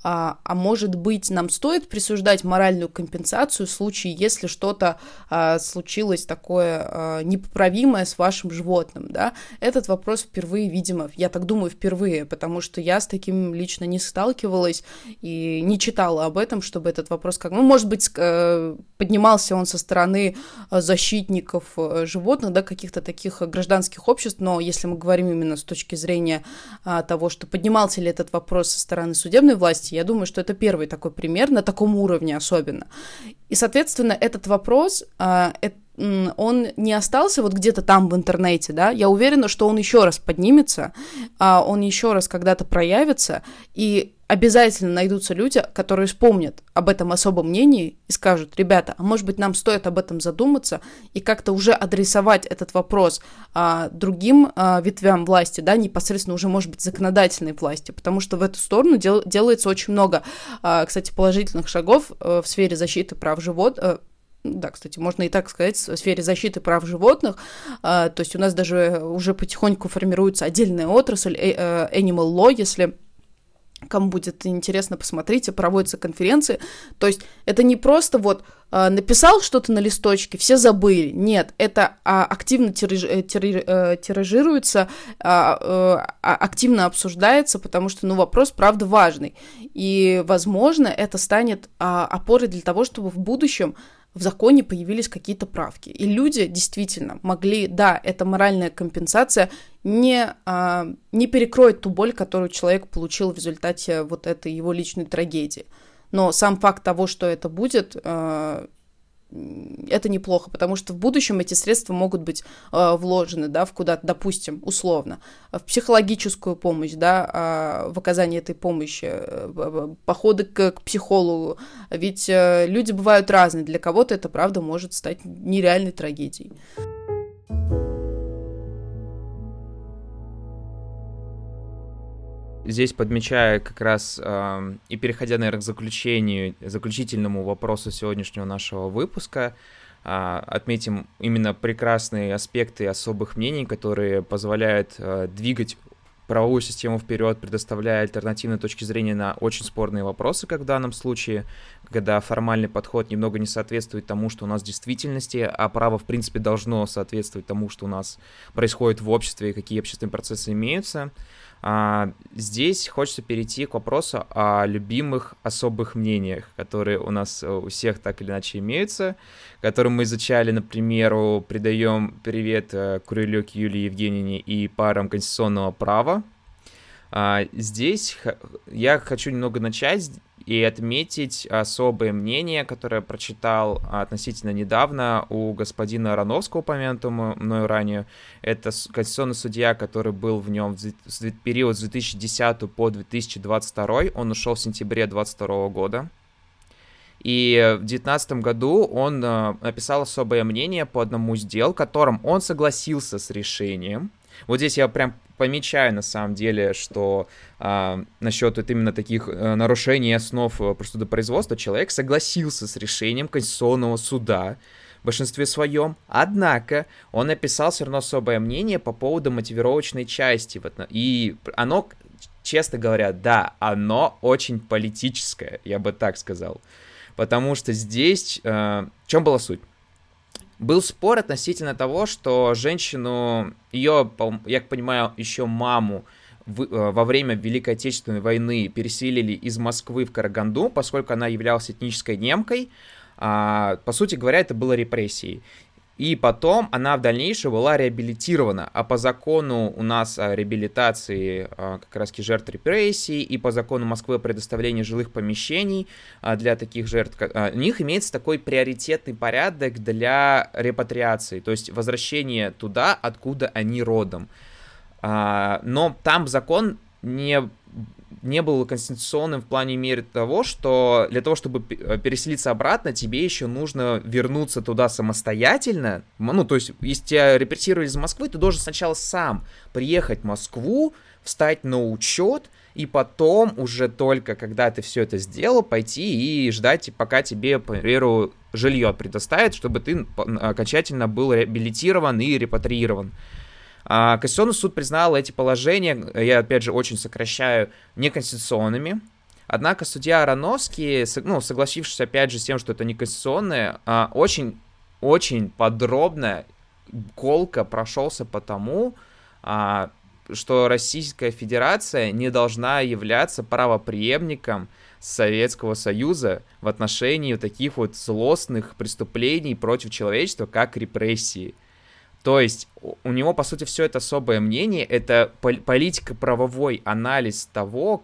может быть, нам стоит присуждать моральную компенсацию в случае, если что-то случилось такое непоправимое с вашим животным, да? Этот вопрос впервые, видимо, я так думаю, впервые, потому что я с таким лично не сталкивалась и не читала об этом, чтобы этот вопрос может быть, поднимался он со стороны защитников животных, да, каких-то таких гражданских обществ, но если мы говорим именно с точки зрения того, что поднимался ли этот вопрос со стороны судебной власти, я думаю, что это первый такой пример на таком уровне особенно. И, соответственно, этот вопрос, он не остался вот где-то там в интернете, да, я уверена, что он еще раз поднимется, он еще раз когда-то проявится, и обязательно найдутся люди, которые вспомнят об этом особом мнении и скажут: ребята, а может быть, нам стоит об этом задуматься и как-то уже адресовать этот вопрос другим ветвям власти, да, непосредственно уже, может быть, законодательной власти, потому что в эту сторону делается очень много, кстати, положительных шагов в сфере защиты прав животных. Да, кстати, можно и так сказать, в сфере защиты прав животных. То есть у нас даже уже потихоньку формируется отдельная отрасль Animal Law, если кому будет интересно, посмотрите, проводятся конференции. То есть это не просто вот написал что-то на листочке, все забыли. Нет, это активно тиражируется, активно обсуждается, потому что, вопрос, правда, важный. И, возможно, это станет опорой для того, чтобы в будущем в законе появились какие-то правки. И люди действительно могли, да, эта моральная компенсация не перекроет ту боль, которую человек получил в результате вот этой его личной трагедии. Но сам факт того, что это будет, это неплохо, потому что в будущем эти средства могут быть вложены, да, в куда-то, допустим, условно, в психологическую помощь, да, в оказании этой помощи, походы к психологу, ведь люди бывают разные, для кого-то это, правда, может стать нереальной трагедией. Здесь подмечая как раз и переходя, наверное, к заключительному вопросу сегодняшнего нашего выпуска, отметим именно прекрасные аспекты особых мнений, которые позволяют двигать правовую систему вперед, предоставляя альтернативные точки зрения на очень спорные вопросы, как в данном случае, когда формальный подход немного не соответствует тому, что у нас в действительности, а право, в принципе, должно соответствовать тому, что у нас происходит в обществе и какие общественные процессы имеются. Здесь хочется перейти к вопросу о любимых особых мнениях, которые у нас у всех так или иначе имеются, которым мы изучали, например, придаем привет Курилюк Юлии Евгеньевне и парам конституционного права. Здесь я хочу немного начать и отметить особое мнение, которое прочитал относительно недавно у господина Ароновского, упомянутого мною ранее. Это конституционный судья, который был в нем в период с 2010 по 2022. Он ушел в сентябре 2022 года. И в 2019 году он написал особое мнение по одному из дел, в котором он согласился с решением. Вот здесь я прям помечаю, на самом деле, что насчет вот именно таких нарушений основ судопроизводства человек согласился с решением Конституционного суда в большинстве своем, однако он написал все равно особое мнение по поводу мотивировочной части, и оно, честно говоря, да, оно очень политическое, я бы так сказал, потому что здесь, в чем была суть? Был спор относительно того, что женщину, ее, я понимаю, еще маму во время Великой Отечественной войны переселили из Москвы в Караганду, поскольку она являлась этнической немкой. По сути говоря, это было репрессией. И потом она в дальнейшем была реабилитирована. А по закону у нас о реабилитации как раз жертв репрессий и по закону Москвы о предоставлении жилых помещений для таких жертв, у них имеется такой приоритетный порядок для репатриации, то есть возвращение туда, откуда они родом. Но там закон не был конституционным в плане меры того, что для того, чтобы переселиться обратно, тебе еще нужно вернуться туда самостоятельно. То есть, если тебя репрессировали из Москвы, ты должен сначала сам приехать в Москву, встать на учет, и потом уже только, когда ты все это сделал, пойти и ждать, пока тебе, по примеру, жилье предоставят, чтобы ты окончательно был реабилитирован и репатриирован. Конституционный суд признал эти положения, я опять же очень сокращаю, неконституционными, Однако судья Аронофский, согласившись опять же с тем, что это неконституционное, очень подробно, колко прошелся по тому, что Российская Федерация не должна являться правопреемником Советского Союза в отношении таких вот злостных преступлений против человечества, как репрессии. То есть у него, по сути, все это особое мнение, это политико-правовой анализ того,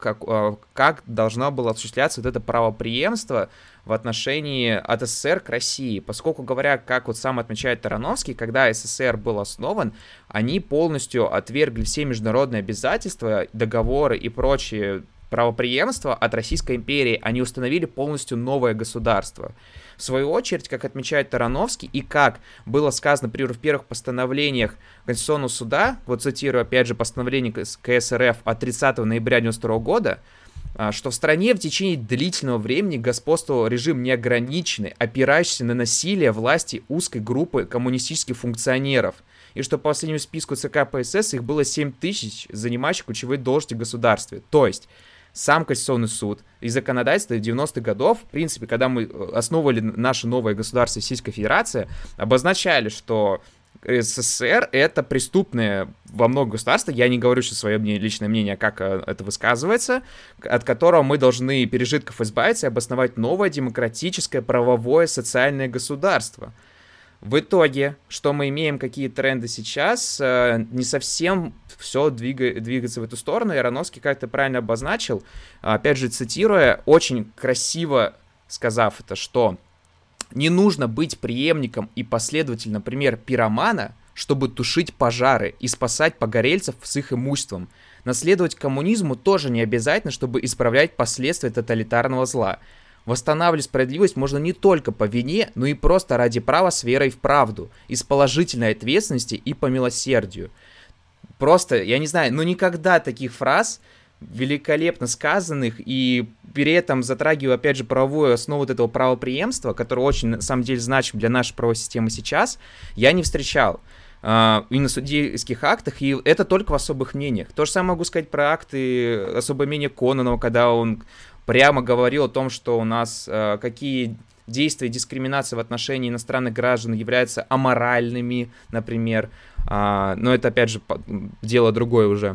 как должно было осуществляться вот это правопреемство в отношении от СССР к России. Поскольку, говоря, как вот сам отмечает Тарановский, когда СССР был основан, они полностью отвергли все международные обязательства, договоры и прочие правопреемства от Российской империи. Они установили полностью новое государство. В свою очередь, как отмечает Тарановский, и как было сказано, например, в первых постановлениях Конституционного суда, вот цитирую опять же постановление КСРФ от 30 ноября 1992 года, что в стране в течение длительного времени господствовал режим неограниченный, опирающийся на насилие власти узкой группы коммунистических функционеров, и что по последнему списку ЦК КПСС их было 7 тысяч, занимающих ключевые должности в государстве. То есть сам Конституционный суд и законодательство 90-х годов, в принципе, когда мы основывали наше новое государство Российская Федерация, обозначали, что СССР — это преступное во многих государствах, я не говорю сейчас свое личное мнение, как это высказывается, от которого мы должны пережитков избавиться и обосновать новое демократическое, правовое, социальное государство. В итоге, что мы имеем, какие тренды сейчас, не совсем все двигается в эту сторону. И Аронофский как-то правильно обозначил, опять же цитируя, очень красиво сказав это, что не нужно быть преемником и последователем, например, пиромана, чтобы тушить пожары и спасать погорельцев с их имуществом. Наследовать коммунизму тоже не обязательно, чтобы исправлять последствия тоталитарного зла. Восстанавливать справедливость можно не только по вине, но и просто ради права с верой в правду, из положительной ответственности и по милосердию. Просто, я не знаю, никогда таких фраз, великолепно сказанных, и при этом затрагивая, опять же, правовую основу вот этого правопреемства, которое очень, на самом деле, значимо для нашей правовой системы сейчас, я не встречал. И на судейских актах, и это только в особых мнениях. То же самое могу сказать про акты особое мнение Кононова, когда он прямо говорил о том, что у нас какие действия дискриминации в отношении иностранных граждан являются аморальными, например. Но это, опять же, дело другое уже.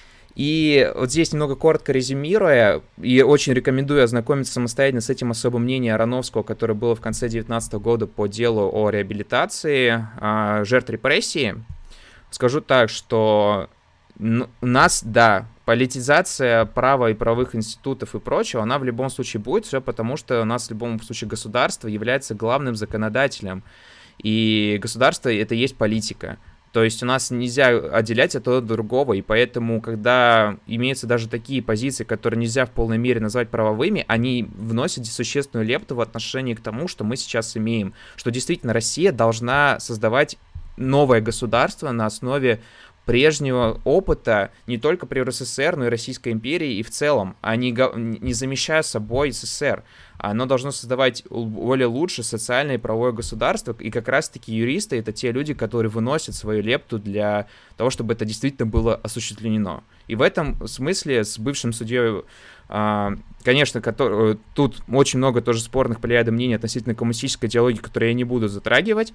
И вот здесь немного коротко резюмируя, и очень рекомендую ознакомиться самостоятельно с этим особым мнением Аронофского, которое было в конце 2019 года по делу о реабилитации жертв репрессии. Скажу так, что у нас, да, политизация права и правовых институтов и прочего, она в любом случае будет, все потому, что у нас в любом случае государство является главным законодателем, и государство — это и есть политика. То есть у нас нельзя отделять от другого, и поэтому, когда имеются даже такие позиции, которые нельзя в полной мере назвать правовыми, они вносят существенную лепту в отношении к тому, что мы сейчас имеем, что действительно Россия должна создавать новое государство на основе прежнего опыта не только при РСФСР, но и Российской империи и в целом, а не замещая собой СССР. Оно должно создавать более лучшее социальное и правовое государство, и как раз-таки юристы — это те люди, которые выносят свою лепту для того, чтобы это действительно было осуществлено. И в этом смысле с бывшим судьей, конечно, тут очень много тоже спорных плеяд мнений относительно коммунистической идеологии, которые я не буду затрагивать,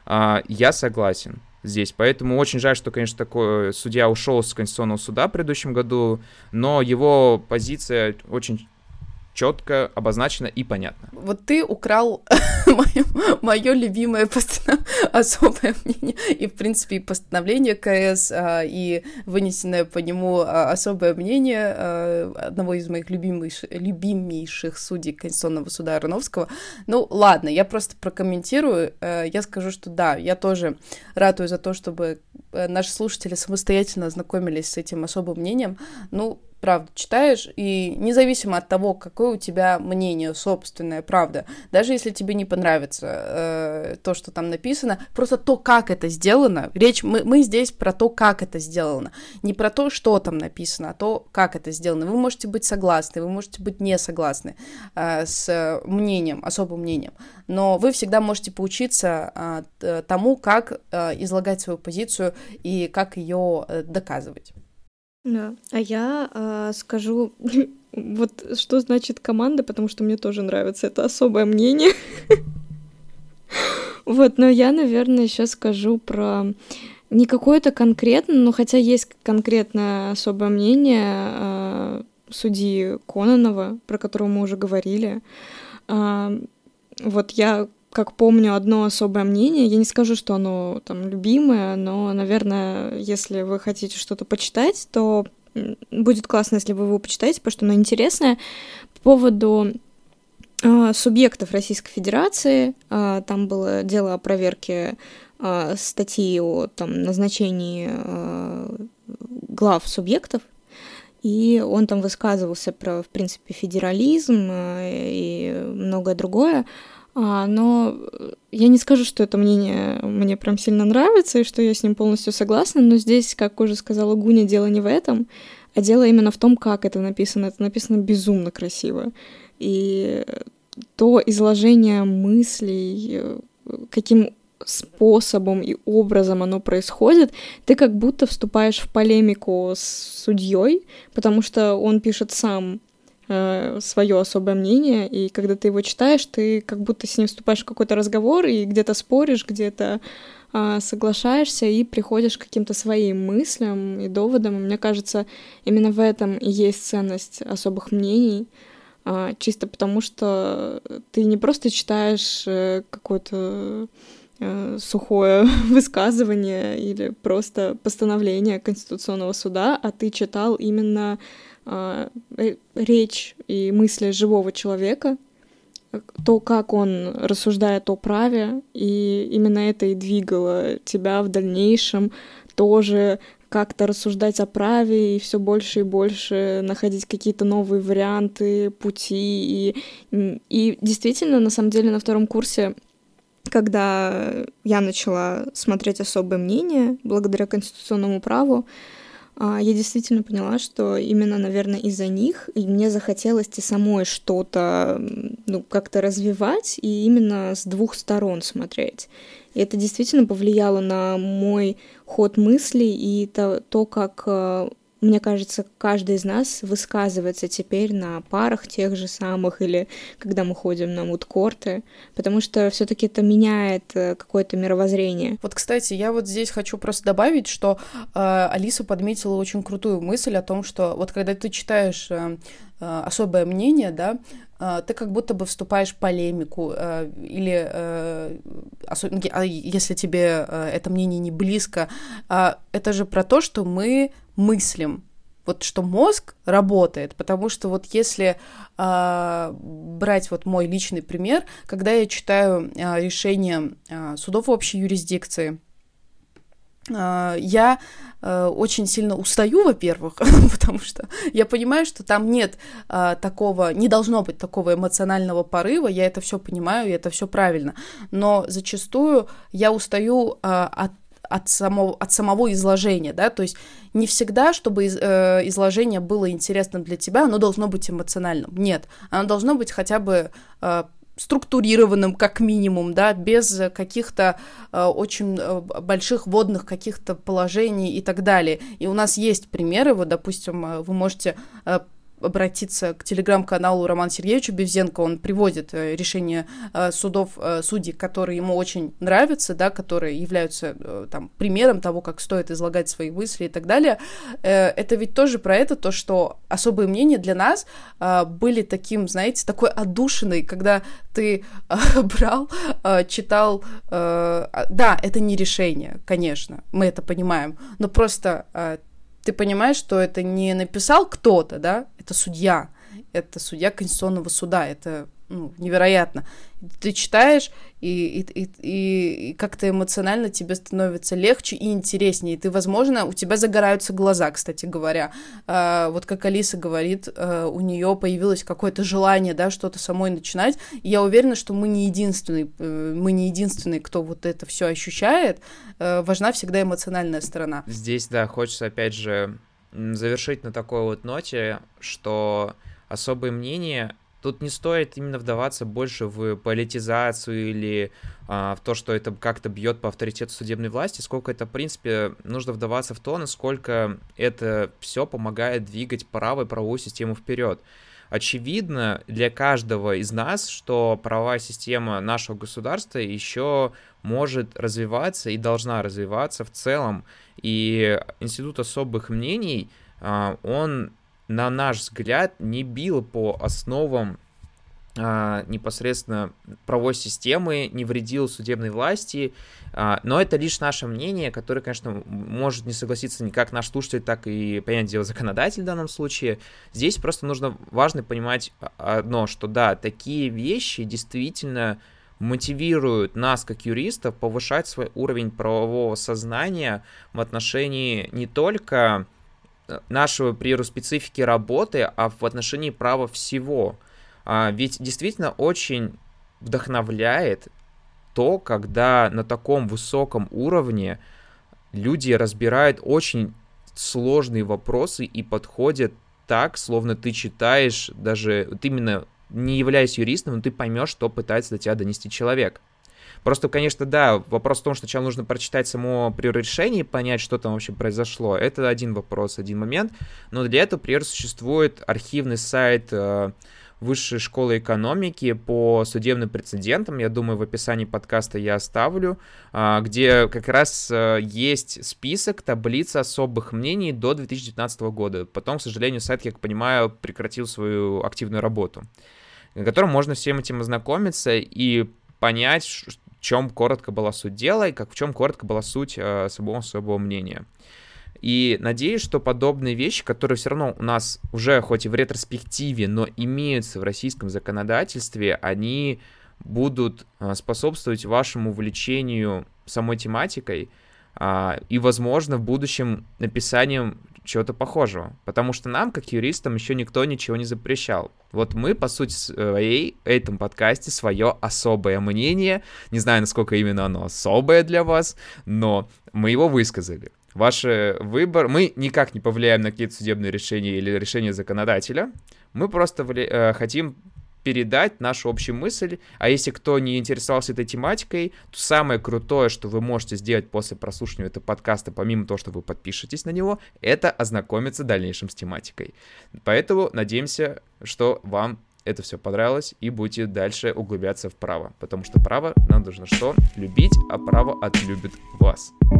я согласен здесь. Поэтому очень жаль, что, конечно, такой судья ушел с Конституционного суда в предыдущем году, но его позиция очень четко обозначено и понятно. Вот ты украл мое любимое особое мнение и, в принципе, и постановление КС, и вынесенное по нему особое мнение одного из моих любимейших судей Конституционного суда Аронофского. Ну, ладно, я просто прокомментирую. Я скажу, что да, я тоже ратую за то, чтобы наши слушатели самостоятельно ознакомились с этим особым мнением. Ну, правда, читаешь, и независимо от того, какое у тебя мнение собственное, правда, даже если тебе не понравится то, что там написано, просто то, как это сделано, мы здесь про то, как это сделано, не про то, что там написано, а то, как это сделано. Вы можете быть согласны, вы можете быть не согласны с мнением, особым мнением, но вы всегда можете поучиться тому, как излагать свою позицию и как ее доказывать. Да, а я скажу вот что значит команда, потому что мне тоже нравится это особое мнение. Вот, но я, наверное, еще скажу про не какое-то конкретно, но хотя есть конкретное особое мнение судьи Кононова, про которого мы уже говорили. Вот я, как помню, одно особое мнение, я не скажу, что оно там любимое, но, наверное, если вы хотите что-то почитать, то будет классно, если вы его почитаете, потому что оно интересное. По поводу субъектов Российской Федерации, там было дело о проверке статьи о там, назначении глав субъектов, и он там высказывался про, в принципе, федерализм и многое другое, но я не скажу, что это мнение мне прям сильно нравится и что я с ним полностью согласна, но здесь, как уже сказала Гуня, дело не в этом, а дело именно в том, как это написано. Это написано безумно красиво. И то изложение мыслей, каким способом и образом оно происходит, ты как будто вступаешь в полемику с судьей, потому что он пишет сам свое особое мнение, и когда ты его читаешь, ты как будто с ним вступаешь в какой-то разговор и где-то споришь, где-то соглашаешься и приходишь к каким-то своим мыслям и доводам. И мне кажется, именно в этом и есть ценность особых мнений, чисто потому что ты не просто читаешь какое-то сухое высказывание или просто постановление Конституционного суда, а ты читал именно речь и мысли живого человека, то, как он рассуждает о праве, и именно это и двигало тебя в дальнейшем тоже как-то рассуждать о праве и все больше и больше находить какие-то новые варианты, пути. И действительно, на самом деле, на втором курсе, когда я начала смотреть особое мнение благодаря конституционному праву, я действительно поняла, что именно, наверное, из-за них и мне захотелось и самой что-то как-то развивать и именно с двух сторон смотреть. И это действительно повлияло на мой ход мыслей и то, как, мне кажется, каждый из нас высказывается теперь на парах тех же самых или когда мы ходим на мудкорты, потому что все-таки это меняет какое-то мировоззрение. Вот, кстати, я вот здесь хочу просто добавить, что Алиса подметила очень крутую мысль о том, что вот когда ты читаешь особое мнение, да, ты как будто бы вступаешь в полемику, или если тебе это мнение не близко, это же про то, что мы мыслим, вот что мозг работает, потому что вот если брать вот мой личный пример, когда я читаю решения судов общей юрисдикции, я очень сильно устаю, во-первых, потому что я понимаю, что там нет такого, не должно быть такого эмоционального порыва, я это все понимаю, и это все правильно, но зачастую я устаю от самого изложения, да, то есть не всегда, чтобы изложение было интересным для тебя, оно должно быть эмоциональным, нет, оно должно быть хотя бы структурированным, как минимум, да, без каких-то очень больших вводных каких-то положений и так далее. И у нас есть примеры, вот, допустим, вы можете обратиться к телеграм-каналу Романа Сергеевича Бевзенко, он приводит решения судей, которые ему очень нравятся, да, которые являются там примером того, как стоит излагать свои мысли и так далее. Это ведь тоже про это, то, что особые мнения для нас были таким, знаете, такой отдушиной, когда ты брал, читал, да, это не решение, конечно, мы это понимаем, но просто ты понимаешь, что это не написал кто-то, да, это судья Конституционного суда, это невероятно. Ты читаешь, и как-то эмоционально тебе становится легче и интереснее, и ты, возможно, у тебя загораются глаза, кстати говоря. Вот как Алиса говорит, у нее появилось какое-то желание, да, что-то самой начинать, и я уверена, что мы не единственные, кто вот это все ощущает, важна всегда эмоциональная сторона. Здесь, да, хочется, опять же, завершить на такой вот ноте, что особые мнения тут не стоит именно вдаваться больше в политизацию или в то, что это как-то бьет по авторитету судебной власти, сколько это, в принципе, нужно вдаваться в то, насколько это все помогает двигать право и правовую систему вперед. Очевидно для каждого из нас, что правовая система нашего государства еще может развиваться и должна развиваться в целом. И институт особых мнений, он, на наш взгляд, не бил по основам непосредственно правовой системы, не вредил судебной власти, но это лишь наше мнение, которое, конечно, может не согласиться ни как наш слушатель, так и, понятное дело, законодатель в данном случае. Здесь просто важно понимать одно, что да, такие вещи действительно мотивируют нас, как юристов, повышать свой уровень правового сознания в отношении не только нашего, к примеру, специфики работы, а в отношении права всего. Ведь действительно очень вдохновляет то, когда на таком высоком уровне люди разбирают очень сложные вопросы и подходят так, словно ты читаешь, даже вот именно не являясь юристом, но ты поймешь, что пытается до тебя донести человек. Просто, конечно, да, вопрос в том, что сначала нужно прочитать само решение и понять, что там вообще произошло. Это один вопрос, один момент. Но для этого, например, существует архивный сайт Высшей школы экономики по судебным прецедентам. Я думаю, в описании подкаста я оставлю, где как раз есть список, таблица особых мнений до 2019 года. Потом, к сожалению, сайт, как я понимаю, прекратил свою активную работу, на котором можно всем этим ознакомиться и понять, в чем коротко была суть дела и в чем коротко была суть самого особого мнения. И надеюсь, что подобные вещи, которые все равно у нас уже хоть и в ретроспективе, но имеются в российском законодательстве, они будут способствовать вашему увлечению самой тематикой и, возможно, в будущем написанием чего-то похожего. Потому что нам, как юристам, еще никто ничего не запрещал. Вот мы, по сути своей, в этом подкасте свое особое мнение, не знаю, насколько именно оно особое для вас, но мы его высказали. Ваш выбор, мы никак не повлияем на какие-то судебные решения или решения законодателя, мы просто хотим передать нашу общую мысль, а если кто не интересовался этой тематикой, то самое крутое, что вы можете сделать после прослушивания этого подкаста, помимо того, что вы подпишетесь на него, это ознакомиться в дальнейшем с тематикой. Поэтому надеемся, что вам это все понравилось и будете дальше углубляться в право, потому что право нам нужно что? Любить, а право отлюбит вас.